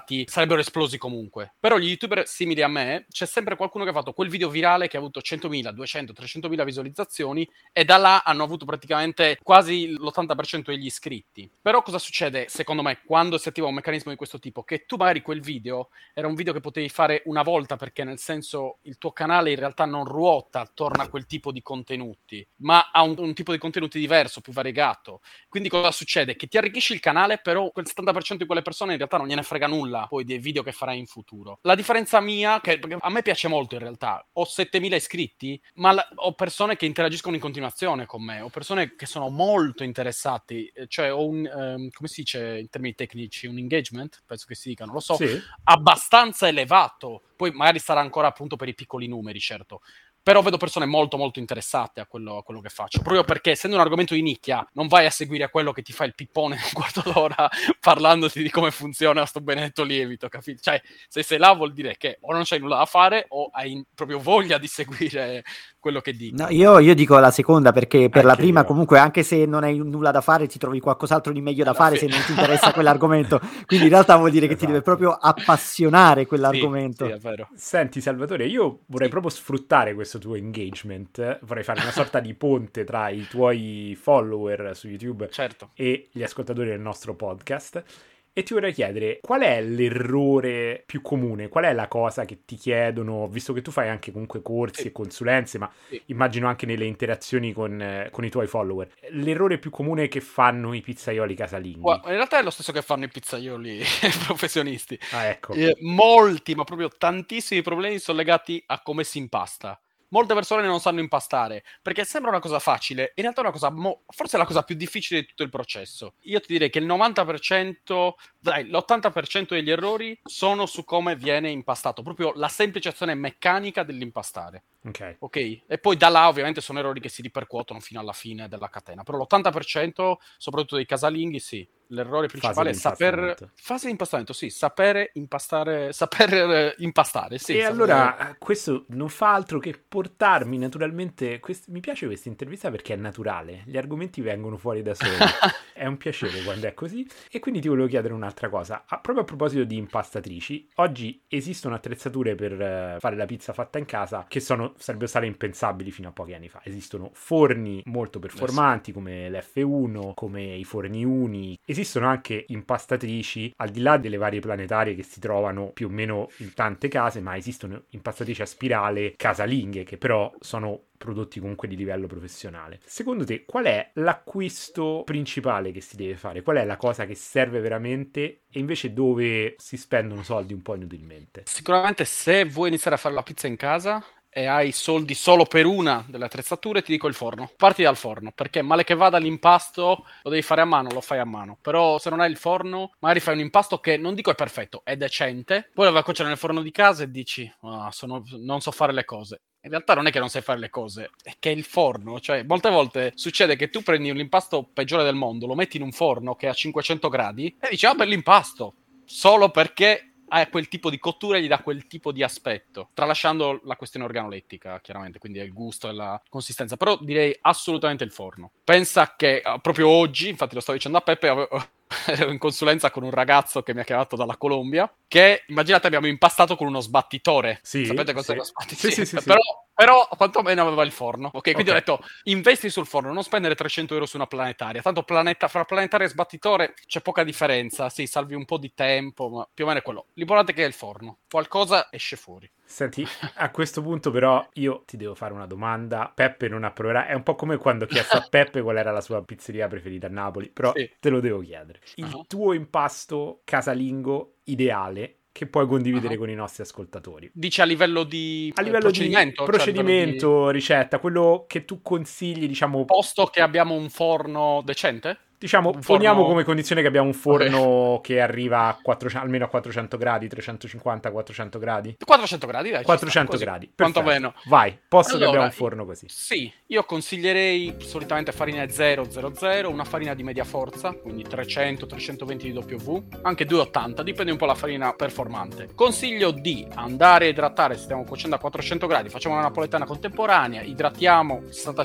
esplosi comunque. Però gli youtuber simili a me, c'è sempre qualcuno che ha fatto quel video virale che ha avuto 100.000, 200, 300.000 visualizzazioni, e da là hanno avuto praticamente quasi l'80% degli iscritti. Però cosa succede, secondo me, quando si attiva un meccanismo di questo tipo? Che tu magari quel video era un video che potevi fare una volta, perché nel senso il tuo canale in realtà non ruota attorno a quel tipo di contenuti, ma ha un tipo di contenuti diverso, più variegato. Quindi cosa succede? Che ti arricchisci il canale, però quel 70% di quelle persone in realtà non gliene frega nulla poi dei video che farai in futuro. La differenza mia, che a me piace molto in realtà, ho 7.000 iscritti, ma ho persone che interagiscono in continuazione con me, ho persone che sono molto interessate, cioè ho un, come si dice in termini tecnici, un engagement, penso che si dica, non lo so, abbastanza elevato. Poi magari sarà ancora appunto per i piccoli numeri, certo. Però vedo persone molto molto interessate a quello che faccio, proprio perché essendo un argomento di nicchia non vai a seguire quello che ti fa il pippone in un quarto d'ora parlandoti di come funziona sto benedetto lievito, capito? Cioè, se sei là vuol dire che o non c'hai nulla da fare o hai proprio voglia di seguire quello che dico. No, io dico la seconda, perché per la prima comunque, anche se non hai nulla da fare, ti trovi qualcos'altro di meglio da fare se non ti interessa quell'argomento. Quindi in realtà vuol dire che ti deve proprio appassionare quell'argomento. Sì, è vero. Senti Salvatore, io vorrei proprio sfruttare questo tuo engagement, vorrei fare una sorta di ponte tra i tuoi follower su YouTube e gli ascoltatori del nostro podcast. E ti vorrei chiedere, qual è l'errore più comune? Qual è la cosa che ti chiedono, visto che tu fai anche comunque corsi e consulenze, ma immagino anche nelle interazioni con i tuoi follower, l'errore più comune che fanno i pizzaioli casalinghi? In realtà è lo stesso che fanno i pizzaioli professionisti. Ah, ecco. Molti, ma proprio tantissimi problemi sono legati a come si impasta. Molte persone non sanno impastare, perché sembra una cosa facile, in realtà è una cosa, forse è la cosa più difficile di tutto il processo. Io ti direi che il 90%, l'80% degli errori sono su come viene impastato, proprio la semplice azione meccanica dell'impastare. Ok? E poi da là ovviamente sono errori che si ripercuotono fino alla fine della catena, però l'80%, soprattutto dei casalinghi, sì. L'errore principale è fase di impastamento, sì, saper impastare, sì. E allora questo non fa altro che portarmi naturalmente, mi piace questa intervista perché è naturale, gli argomenti vengono fuori da soli, è un piacere quando è così. E quindi ti volevo chiedere un'altra un'altra cosa. Proprio a proposito di impastatrici, oggi esistono attrezzature per fare la pizza fatta in casa che sarebbero state impensabili fino a pochi anni fa. Esistono forni molto performanti come l'F1, come i forni uni. Esistono anche impastatrici, al di là delle varie planetarie che si trovano più o meno in tante case, ma esistono impastatrici a spirale casalinghe che però sono prodotti comunque di livello professionale. Secondo te qual è l'acquisto principale che si deve fare? Qual è la cosa che serve veramente e invece dove si spendono soldi un po' inutilmente? Sicuramente se vuoi iniziare a fare la pizza in casa e hai soldi solo per una delle attrezzature, ti dico il forno. Parti dal forno, perché male che vada l'impasto lo devi fare a mano, lo fai a mano. Però se non hai il forno, magari fai un impasto che non dico è perfetto, è decente, poi lo vai a cuocere nel forno di casa e dici non so fare le cose. In realtà non è che non sai fare le cose, è che il forno, cioè molte volte succede che tu prendi l'impasto peggiore del mondo, lo metti in un forno che è a 500 gradi e dici bell'impasto, solo perché ha quel tipo di cottura e gli dà quel tipo di aspetto, tralasciando la questione organolettica, chiaramente, quindi il gusto e la consistenza. Però direi assolutamente il forno. Pensa che proprio oggi, infatti lo stavo dicendo a Peppe, ero in consulenza con un ragazzo che mi ha chiamato dalla Colombia, che immaginate abbiamo impastato con uno sbattitore. Sì, Sapete cos'è sì. lo sbattitore? Sì. Però quantomeno aveva il forno. Ok, quindi ho detto investi sul forno, non spendere 300 euro su una planetaria. Tanto fra planetaria e sbattitore c'è poca differenza. Sì, salvi un po' di tempo, ma più o meno è quello. L'importante è che è il forno. Qualcosa esce fuori. Senti, a questo punto però io ti devo fare una domanda. Peppe non approverà. È un po' come quando ho chiesto a Peppe qual era la sua pizzeria preferita a Napoli, però Sì. te lo devo chiedere. Il tuo impasto casalingo ideale che puoi condividere con i nostri ascoltatori. Dici a livello di procedimento, procedimento, ricetta, quello che tu consigli, diciamo, posto che abbiamo un forno decente? Diciamo, poniamo come condizione che abbiamo un forno che arriva a almeno a 400 gradi, 350-400 gradi. 400 gradi, dai. 400 gradi, quantomeno. Vai, posto che abbiamo un forno così. Sì, io consiglierei solitamente farina 000, una farina di media forza, quindi 300-320 di W, anche 280, dipende un po' dalla farina performante. Consiglio di andare a idratare, se stiamo cuocendo a 400 gradi, facciamo una napoletana contemporanea, idratiamo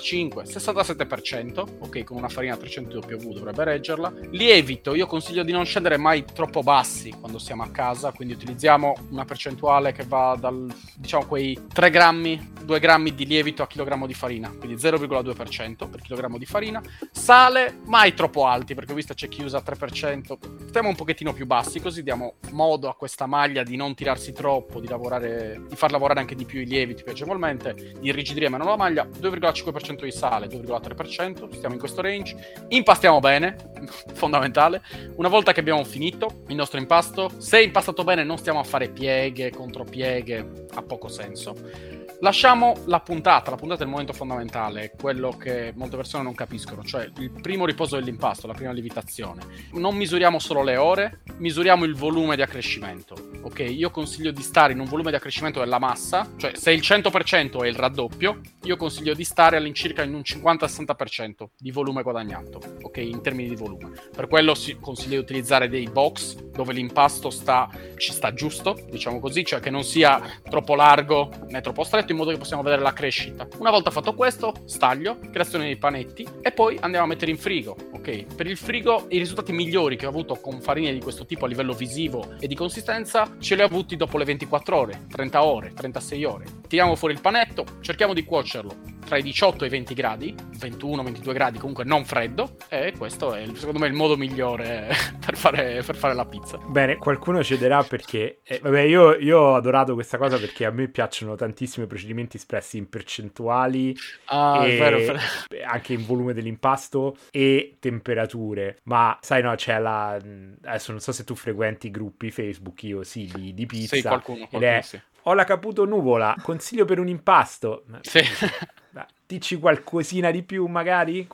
65-67%, ok, con una farina 300 W dovrebbe reggerla. Lievito, io consiglio di non scendere mai troppo bassi quando siamo a casa, quindi utilizziamo una percentuale che va dal, diciamo, quei 3 grammi, 2 grammi di lievito a chilogrammo di farina, quindi 0,2% per chilogrammo di farina. Sale, mai troppo alti, perché ho visto c'è chi usa 3%, stiamo un pochettino più bassi, così diamo modo a questa maglia di non tirarsi troppo, di far lavorare anche di più i lieviti più agevolmente, di irrigidire meno la maglia. 2,5% di sale, 2,3%, stiamo in questo range. Impastiamo bene, fondamentale. Una volta che abbiamo finito il nostro impasto, se impastato bene non stiamo a fare pieghe, contropieghe, ha poco senso. Lasciamo la puntata è il momento fondamentale, quello che molte persone non capiscono, cioè il primo riposo dell'impasto, la prima lievitazione. Non misuriamo solo le ore, misuriamo il volume di accrescimento, ok? Io consiglio di stare in un volume di accrescimento della massa, cioè se il 100% è il raddoppio, io consiglio di stare all'incirca in un 50-60% di volume guadagnato, ok? In termini di volume. Per quello consiglio di utilizzare dei box dove l'impasto ci sta giusto, diciamo così, cioè che non sia troppo largo né troppo stretto, in modo che possiamo vedere la crescita. Una volta fatto questo, staglio, creazione dei panetti e poi andiamo a mettere in frigo, ok? Per il frigo i risultati migliori che ho avuto con farine di questo tipo a livello visivo e di consistenza ce li ho avuti dopo le 24 ore, 30 ore, 36 ore. Tiriamo fuori il panetto, cerchiamo di cuocerlo tra i 18 e i 20 gradi, 21-22 gradi, comunque non freddo, e questo è secondo me il modo migliore per fare la pizza. Bene, qualcuno cederà perché vabbè, io ho adorato questa cosa perché a me piacciono tantissimo i procedimenti espressi in percentuali, vero. Anche in volume dell'impasto e temperature, ma sai, no, c'è adesso non so se tu frequenti i gruppi Facebook, io sì, di pizza, sì, qualcuno sì. Ho la Caputo nuvola, consiglio per un impasto. Sì. Dici qualcosina di più magari?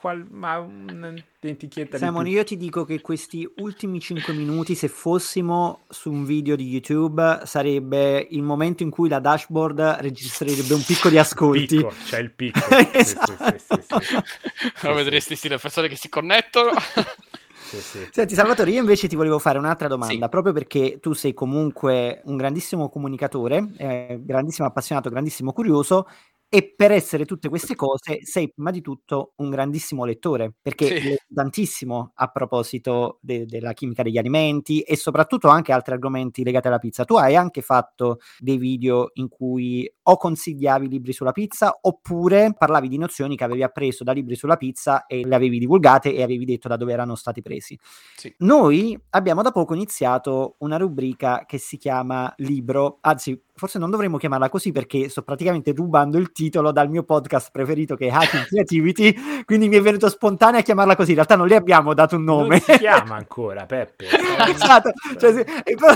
Simon, io ti dico che questi ultimi 5 minuti, se fossimo su un video di YouTube, sarebbe il momento in cui la dashboard registrerebbe un picco di ascolti. C'è il picco. Esatto. Sì. Vedresti le persone che si connettono. Sì. Senti Salvatore, io invece ti volevo fare un'altra domanda, sì. proprio perché tu sei comunque un grandissimo comunicatore, grandissimo appassionato, grandissimo curioso, E per essere tutte queste cose sei prima di tutto un grandissimo lettore, perché Sì. leggi tantissimo a proposito della chimica degli alimenti e soprattutto anche altri argomenti legati alla pizza. Tu hai anche fatto dei video in cui o consigliavi libri sulla pizza oppure parlavi di nozioni che avevi appreso da libri sulla pizza e le avevi divulgate e avevi detto da dove erano stati presi. Sì. Noi abbiamo da poco iniziato una rubrica che si chiama Libro, anzi forse non dovremmo chiamarla così perché sto praticamente rubando il titolo dal mio podcast preferito che è Hacking Creativity, quindi mi è venuto spontaneo a chiamarla così. In realtà non le abbiamo dato un nome. Non si chiama ancora Peppe. Esatto, cioè,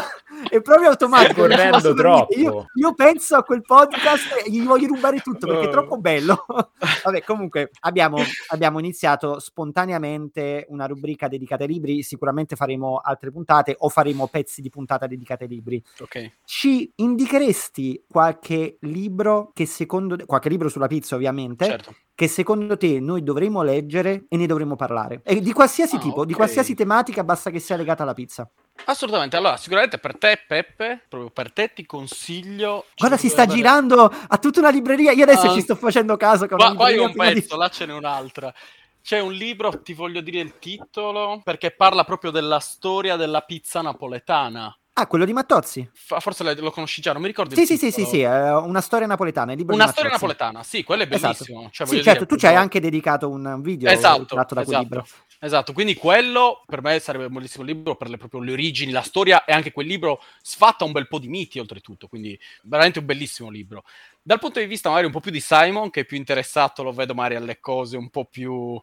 è proprio automatico. Stai correndo troppo. Io penso a quel podcast e gli voglio rubare tutto perché è troppo bello. Vabbè, comunque abbiamo iniziato spontaneamente una rubrica dedicata ai libri. Sicuramente faremo altre puntate o faremo pezzi di puntata dedicate ai libri. Ok. Ci indicheresti qualche libro che secondo te, qualche libro sulla pizza ovviamente, Certo. che secondo te noi dovremmo leggere e ne dovremmo parlare? E di qualsiasi tipo, di ok. qualsiasi tematica, basta che sia legata alla pizza. Assolutamente, allora sicuramente per te Peppe, proprio per te ti consiglio... Guarda, si sta girando a tutta una libreria, io adesso ci sto facendo caso che qua io ho un prima pezzo, là ce n'è un'altra. C'è un libro, ti voglio dire il titolo, perché parla proprio della storia della pizza napoletana. Ah, quello di Mattozzi? Forse lo conosci già, non mi ricordo Sì, il sì, titolo. sì, una storia napoletana, il libro Una di storia Mattozzi. napoletana, sì, quello è bellissimo. Esatto. Cioè, Sì, voglio certo, dire, tu ci hai anche dedicato un video tratto da quel libro. Esatto, quindi quello per me sarebbe un bellissimo libro per proprio le origini, la storia e anche quel libro sfatta un bel po' di miti oltretutto, quindi veramente un bellissimo libro. Dal punto di vista magari un po' più di Simon, che è più interessato, lo vedo magari alle cose un po' più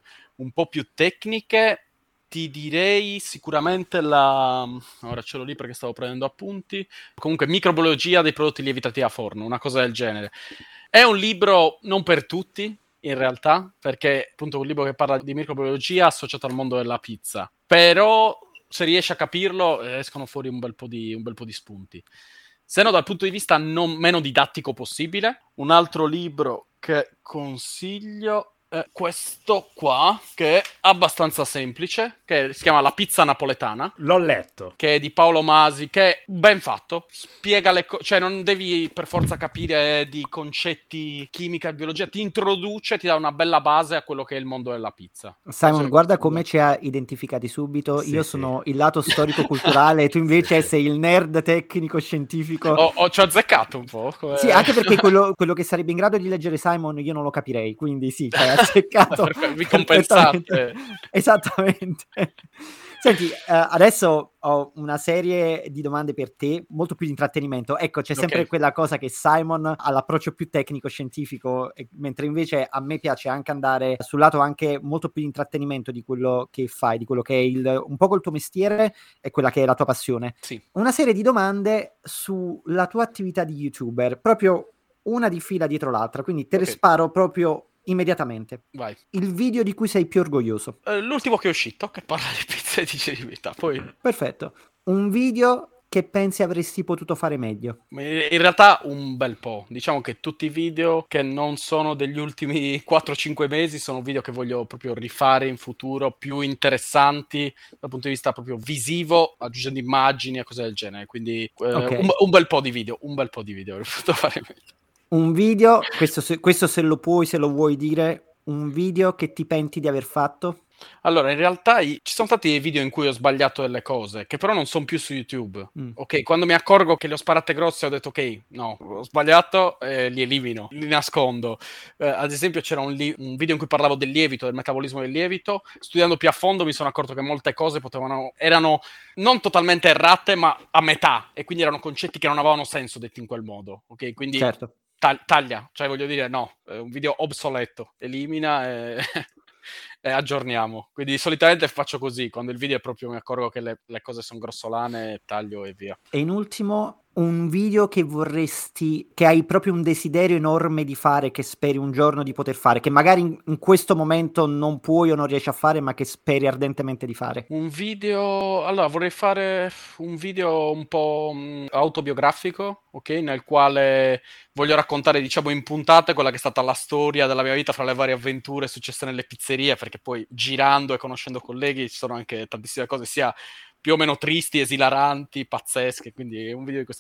tecniche, ti direi sicuramente ora ce l'ho lì perché stavo prendendo appunti, comunque microbiologia dei prodotti lievitati a forno, una cosa del genere. È un libro non per tutti, in realtà, perché appunto è un libro che parla di microbiologia associato al mondo della pizza, però se riesci a capirlo escono fuori un bel po' di spunti. Se no, dal punto di vista meno didattico possibile, un altro libro che consiglio è questo qua, che è abbastanza semplice, che si chiama La pizza napoletana. L'ho letto. Che è di Paolo Masi, che è ben fatto, spiega le cose, cioè non devi per forza capire di concetti chimica e biologia, ti introduce, ti dà una bella base a quello che è il mondo della pizza. Simon, guarda come ci ha identificati subito. Sì, io sono il lato storico-culturale, tu invece sei il nerd tecnico-scientifico. Ci ho azzeccato un po'. Sì, anche perché quello che sarebbe in grado di leggere Simon io non lo capirei, quindi sì, ci hai azzeccato. Vi compensate. Esattamente. Senti, adesso ho una serie di domande per te, molto più di intrattenimento. Ecco, c'è sempre quella cosa che Simon ha l'approccio più tecnico-scientifico, mentre invece a me piace anche andare sul lato anche molto più di intrattenimento di quello che fai, di quello che è un po' col tuo mestiere e quella che è la tua passione. Sì. Una serie di domande sulla tua attività di YouTuber, proprio una di fila dietro l'altra, quindi te le sparo proprio immediatamente. Vai. Il video di cui sei più orgoglioso? L'ultimo che è uscito, che parla di pizza e di cerealità. Poi... Perfetto. Un video che pensi avresti potuto fare meglio? In realtà un bel po'. Diciamo che tutti i video che non sono degli ultimi 4-5 mesi sono video che voglio proprio rifare in futuro, più interessanti dal punto di vista proprio visivo, aggiungendo immagini e cose del genere. Quindi un bel po' di video, avrei potuto fare meglio. Un video, questo se lo vuoi dire, un video che ti penti di aver fatto? Allora, in realtà ci sono stati dei video in cui ho sbagliato delle cose, che però non sono più su YouTube. Ok, quando mi accorgo che le ho sparate grosse ho detto ok, no, ho sbagliato, li elimino, li nascondo. Ad esempio c'era un video in cui parlavo del lievito, del metabolismo del lievito. Studiando più a fondo mi sono accorto che molte cose erano non totalmente errate, ma a metà, e quindi erano concetti che non avevano senso detti in quel modo. Ok, quindi certo. Taglia, cioè voglio dire no, è un video obsoleto, elimina e aggiorniamo. Quindi solitamente faccio così, quando il video è proprio mi accorgo che le cose sono grossolane, taglio e via. E in ultimo, un video che hai proprio un desiderio enorme di fare, che speri un giorno di poter fare, che magari in questo momento non puoi o non riesci a fare, ma che speri ardentemente di fare? Un video, allora vorrei fare un video un po' autobiografico, ok? Nel quale voglio raccontare, diciamo, in puntate quella che è stata la storia della mia vita fra le varie avventure successe nelle pizzerie, perché poi girando e conoscendo colleghi ci sono anche tantissime cose sia più o meno tristi, esilaranti, pazzesche, quindi è un video di questo tipo.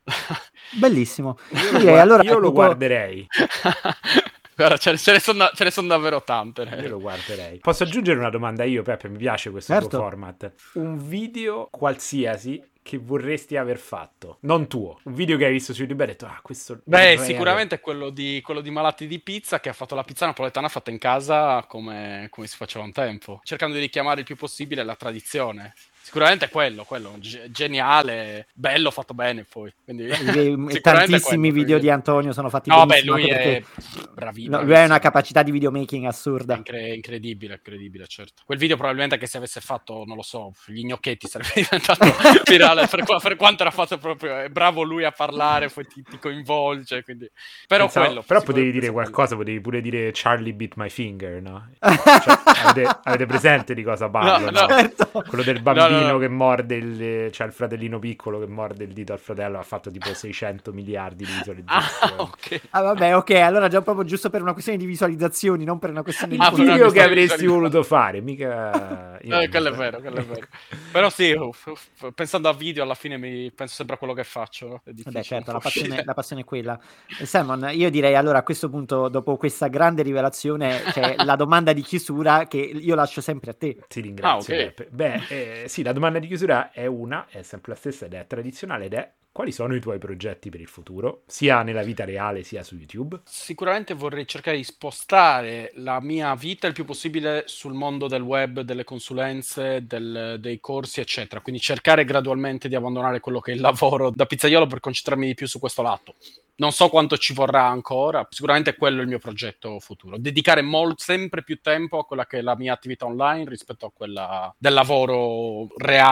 Bellissimo. Allora, io lo guarderei. Guarda, ce ne son davvero tante. Io lo guarderei. Posso aggiungere una domanda io, Peppe? Mi piace questo tuo format. Un video qualsiasi che vorresti aver fatto, non tuo, un video che hai visto su YouTube e hai detto questo. Beh, sicuramente quello di Malati di Pizza, che ha fatto la pizza napoletana fatta in casa come si faceva un tempo, cercando di richiamare il più possibile la tradizione. Sicuramente quello geniale, bello, fatto bene poi. Quindi, tantissimi video di Antonio sono fatti benissimo. No, beh, lui è bravissimo. Lui ha una capacità di videomaking assurda. Incredibile, certo. Quel video probabilmente che se avesse fatto, non lo so, gli gnocchetti sarebbe diventato virale per quanto era fatto proprio. È bravo lui a parlare, poi ti coinvolge, quindi. Però potevi dire qualcosa, potevi pure dire Charlie beat my finger, no? Cioè, avete presente di cosa parlo? No? Certo. Quello del bambino che morde il fratellino piccolo che morde il dito al fratello, ha fatto tipo 600 miliardi di visualizzazioni. Vabbè, ok, allora già proprio giusto per una questione di visualizzazioni, non per una questione di video che avresti voluto fare, mica quello è vero. Però sì, pensando a video alla fine penso sempre a quello che faccio. Vabbè, certo, la passione è quella. Simon, io direi allora a questo punto, dopo questa grande rivelazione, c'è la domanda di chiusura che io lascio sempre a te. Ti ringrazio, Peppe. Beh, sì, la domanda di chiusura è sempre la stessa ed è tradizionale ed è: quali sono i tuoi progetti per il futuro, sia nella vita reale sia su YouTube? Sicuramente vorrei cercare di spostare la mia vita il più possibile sul mondo del web, delle consulenze, dei corsi, eccetera. Quindi cercare gradualmente di abbandonare quello che è il lavoro da pizzaiolo per concentrarmi di più su questo lato. Non so quanto ci vorrà ancora, sicuramente quello è il mio progetto futuro. Dedicare sempre più tempo a quella che è la mia attività online rispetto a quella del lavoro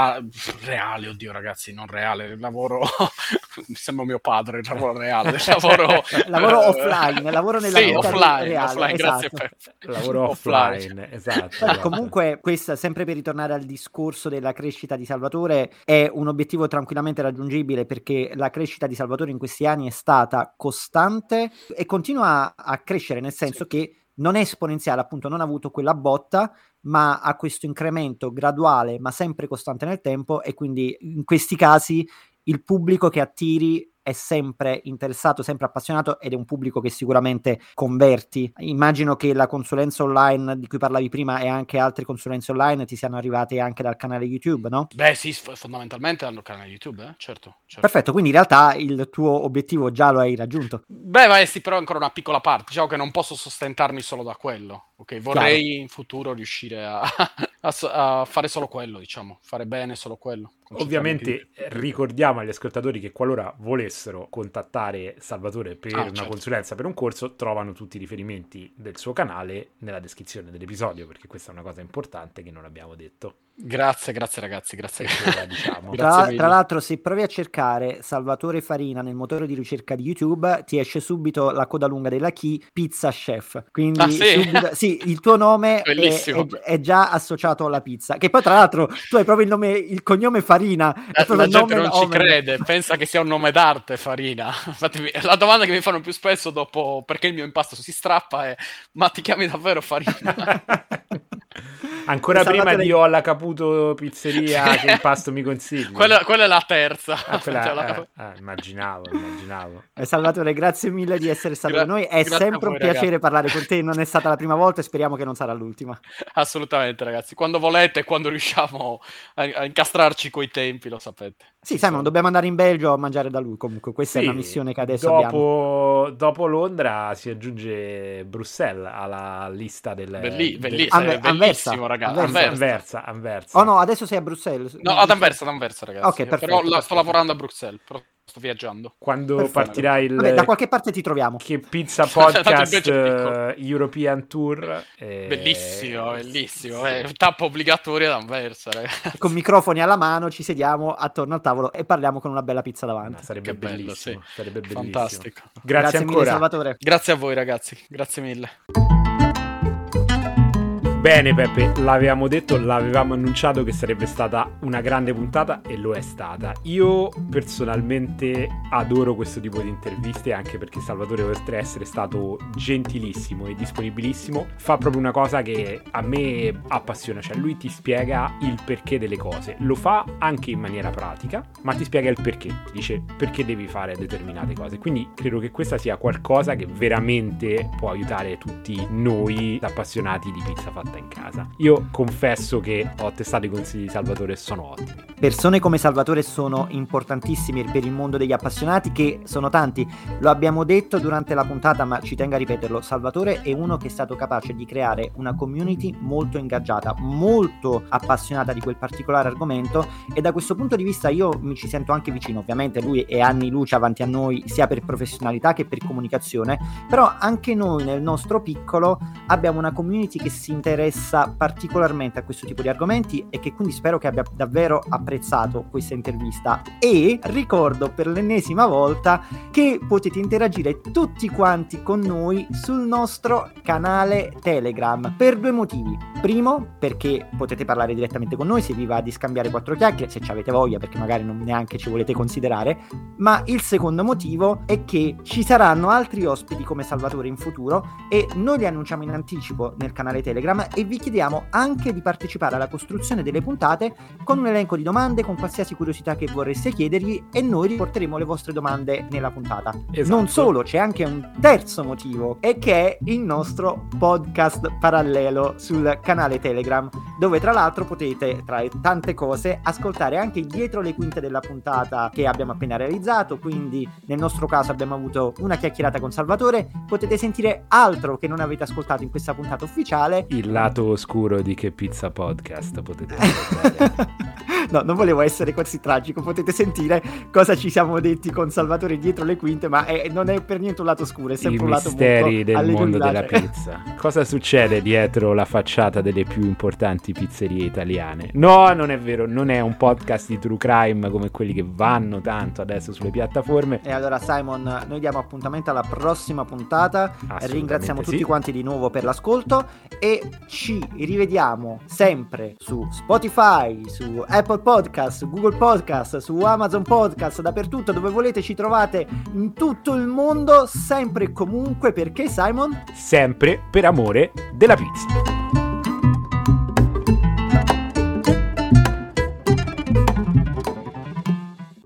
reale, oddio ragazzi, non reale, il lavoro... mi sembra mio padre, il lavoro reale, il lavoro offline, lavoro nella vita offline, reale. Offline, grazie esatto. Lavoro offline, esatto. Comunque, questa, sempre per ritornare al discorso della crescita di Salvatore, è un obiettivo tranquillamente raggiungibile, perché la crescita di Salvatore in questi anni è stata costante e continua a crescere, nel senso che non è esponenziale, appunto, non ha avuto quella botta, ma ha questo incremento graduale ma sempre costante nel tempo, e quindi in questi casi il pubblico che attiri è sempre interessato, sempre appassionato, ed è un pubblico che sicuramente converti. Immagino che la consulenza online di cui parlavi prima e anche altre consulenze online ti siano arrivate anche dal canale YouTube, no? Beh sì, fondamentalmente dal canale YouTube, certo. Perfetto, quindi in realtà il tuo obiettivo già lo hai raggiunto. Beh, sì, però ancora una piccola parte, diciamo che non posso sostentarmi solo da quello, ok? Vorrei Chiaro. in futuro riuscire a fare solo quello, diciamo, fare bene solo quello. Ovviamente ricordiamo agli ascoltatori che qualora volessero contattare Salvatore per una consulenza, per un corso, trovano tutti i riferimenti del suo canale nella descrizione dell'episodio, perché questa è una cosa importante che non abbiamo detto. Grazie ragazzi, grazie. Diciamo. Tra l'altro, se provi a cercare Salvatore Farina nel motore di ricerca di YouTube, ti esce subito la coda lunga della key Pizza Chef, quindi sì, il tuo nome è già associato alla pizza, che poi tra l'altro tu hai proprio il cognome Farina, la gente non ci crede, pensa che sia un nome d'arte Farina. Infatti la domanda che mi fanno più spesso dopo perché il mio impasto si strappa è: ma ti chiami davvero Farina? Ancora prima di Ho alla Caputo Pizzeria, che impasto mi consigli? Quella è la terza. Immaginavo. Salvatore, grazie mille di essere stato con noi, è sempre un piacere parlare con te, non è stata la prima volta e speriamo che non sarà l'ultima. Assolutamente ragazzi, quando volete, quando riusciamo a incastrarci coi tempi, lo sapete. Sì, Simon, dobbiamo andare in Belgio a mangiare da lui, comunque questa è una missione che adesso abbiamo. Dopo Londra si aggiunge Bruxelles alla lista bellissimo ragazzi. Anversa. Oh no, adesso sei a Bruxelles. No, ad Anversa ragazzi. Ok, perfetto. Però sto lavorando a Bruxelles, però sto viaggiando. Quando partirà da qualche parte ti troviamo. Che Pizza Podcast European Tour. Bellissimo. Tappa obbligatoria ad Anversa, ragazzi. Con microfoni alla mano ci sediamo attorno al tavolo e parliamo con una bella pizza davanti. Sarebbe bellissimo. Sarebbe bellissimo. Fantastico. Grazie ancora. Mille, Salvatore. Grazie a voi ragazzi, grazie mille. Bene Peppe, l'avevamo detto, l'avevamo annunciato che sarebbe stata una grande puntata e lo è stata. Io personalmente adoro questo tipo di interviste, anche perché Salvatore, oltre a essere stato gentilissimo e disponibilissimo, fa proprio una cosa che a me appassiona, cioè lui ti spiega il perché delle cose, lo fa anche in maniera pratica, ma ti spiega il perché, ti dice perché devi fare determinate cose, quindi credo che questa sia qualcosa che veramente può aiutare tutti noi appassionati di pizza fatta in casa. Io confesso che ho testato i consigli di Salvatore e sono ottimi. Persone come Salvatore sono importantissime per il mondo degli appassionati, che sono tanti. Lo abbiamo detto durante la puntata, ma ci tengo a ripeterlo. Salvatore è uno che è stato capace di creare una community molto ingaggiata, molto appassionata di quel particolare argomento, e da questo punto di vista io mi ci sento anche vicino. Ovviamente lui è anni luce avanti a noi sia per professionalità che per comunicazione, però anche noi nel nostro piccolo abbiamo una community che si interessa particolarmente a questo tipo di argomenti e che quindi spero che abbia davvero apprezzato questa intervista. E ricordo per l'ennesima volta che potete interagire tutti quanti con noi sul nostro canale Telegram per due motivi. Primo, perché potete parlare direttamente con noi se vi va di scambiare quattro chiacchiere, se ci avete voglia, perché magari non neanche ci volete considerare. Ma il secondo motivo è che ci saranno altri ospiti come Salvatore in futuro e noi li annunciamo in anticipo nel canale Telegram e vi chiediamo anche di partecipare alla costruzione delle puntate con un elenco di domande, con qualsiasi curiosità che vorreste chiedergli, e noi riporteremo le vostre domande nella puntata. Esatto. Non solo, c'è anche un terzo motivo, e che è il nostro podcast parallelo sul canale Telegram, dove tra l'altro potete, tra tante cose, ascoltare anche dietro le quinte della puntata che abbiamo appena realizzato. Quindi nel nostro caso abbiamo avuto una chiacchierata con Salvatore, potete sentire altro che non avete ascoltato in questa puntata ufficiale. Il lato oscuro di Che Pizza Podcast potete ascoltare. No, non volevo essere così tragico, potete sentire cosa ci siamo detti con Salvatore dietro le quinte, ma non è per niente un lato oscuro, è sempre un lato molto i misteri del allegoriato. mondo della pizza. Cosa succede dietro la facciata delle più importanti pizzerie italiane? No, non è vero, non è un podcast di true crime come quelli che vanno tanto adesso sulle piattaforme. E allora Simon, noi diamo appuntamento alla prossima puntata, ringraziamo tutti quanti di nuovo per l'ascolto e ci rivediamo sempre su Spotify, su Apple Podcast, Google Podcast, su Amazon Podcast, dappertutto dove volete ci trovate in tutto il mondo, sempre e comunque, perché Simon? Sempre per amore della pizza.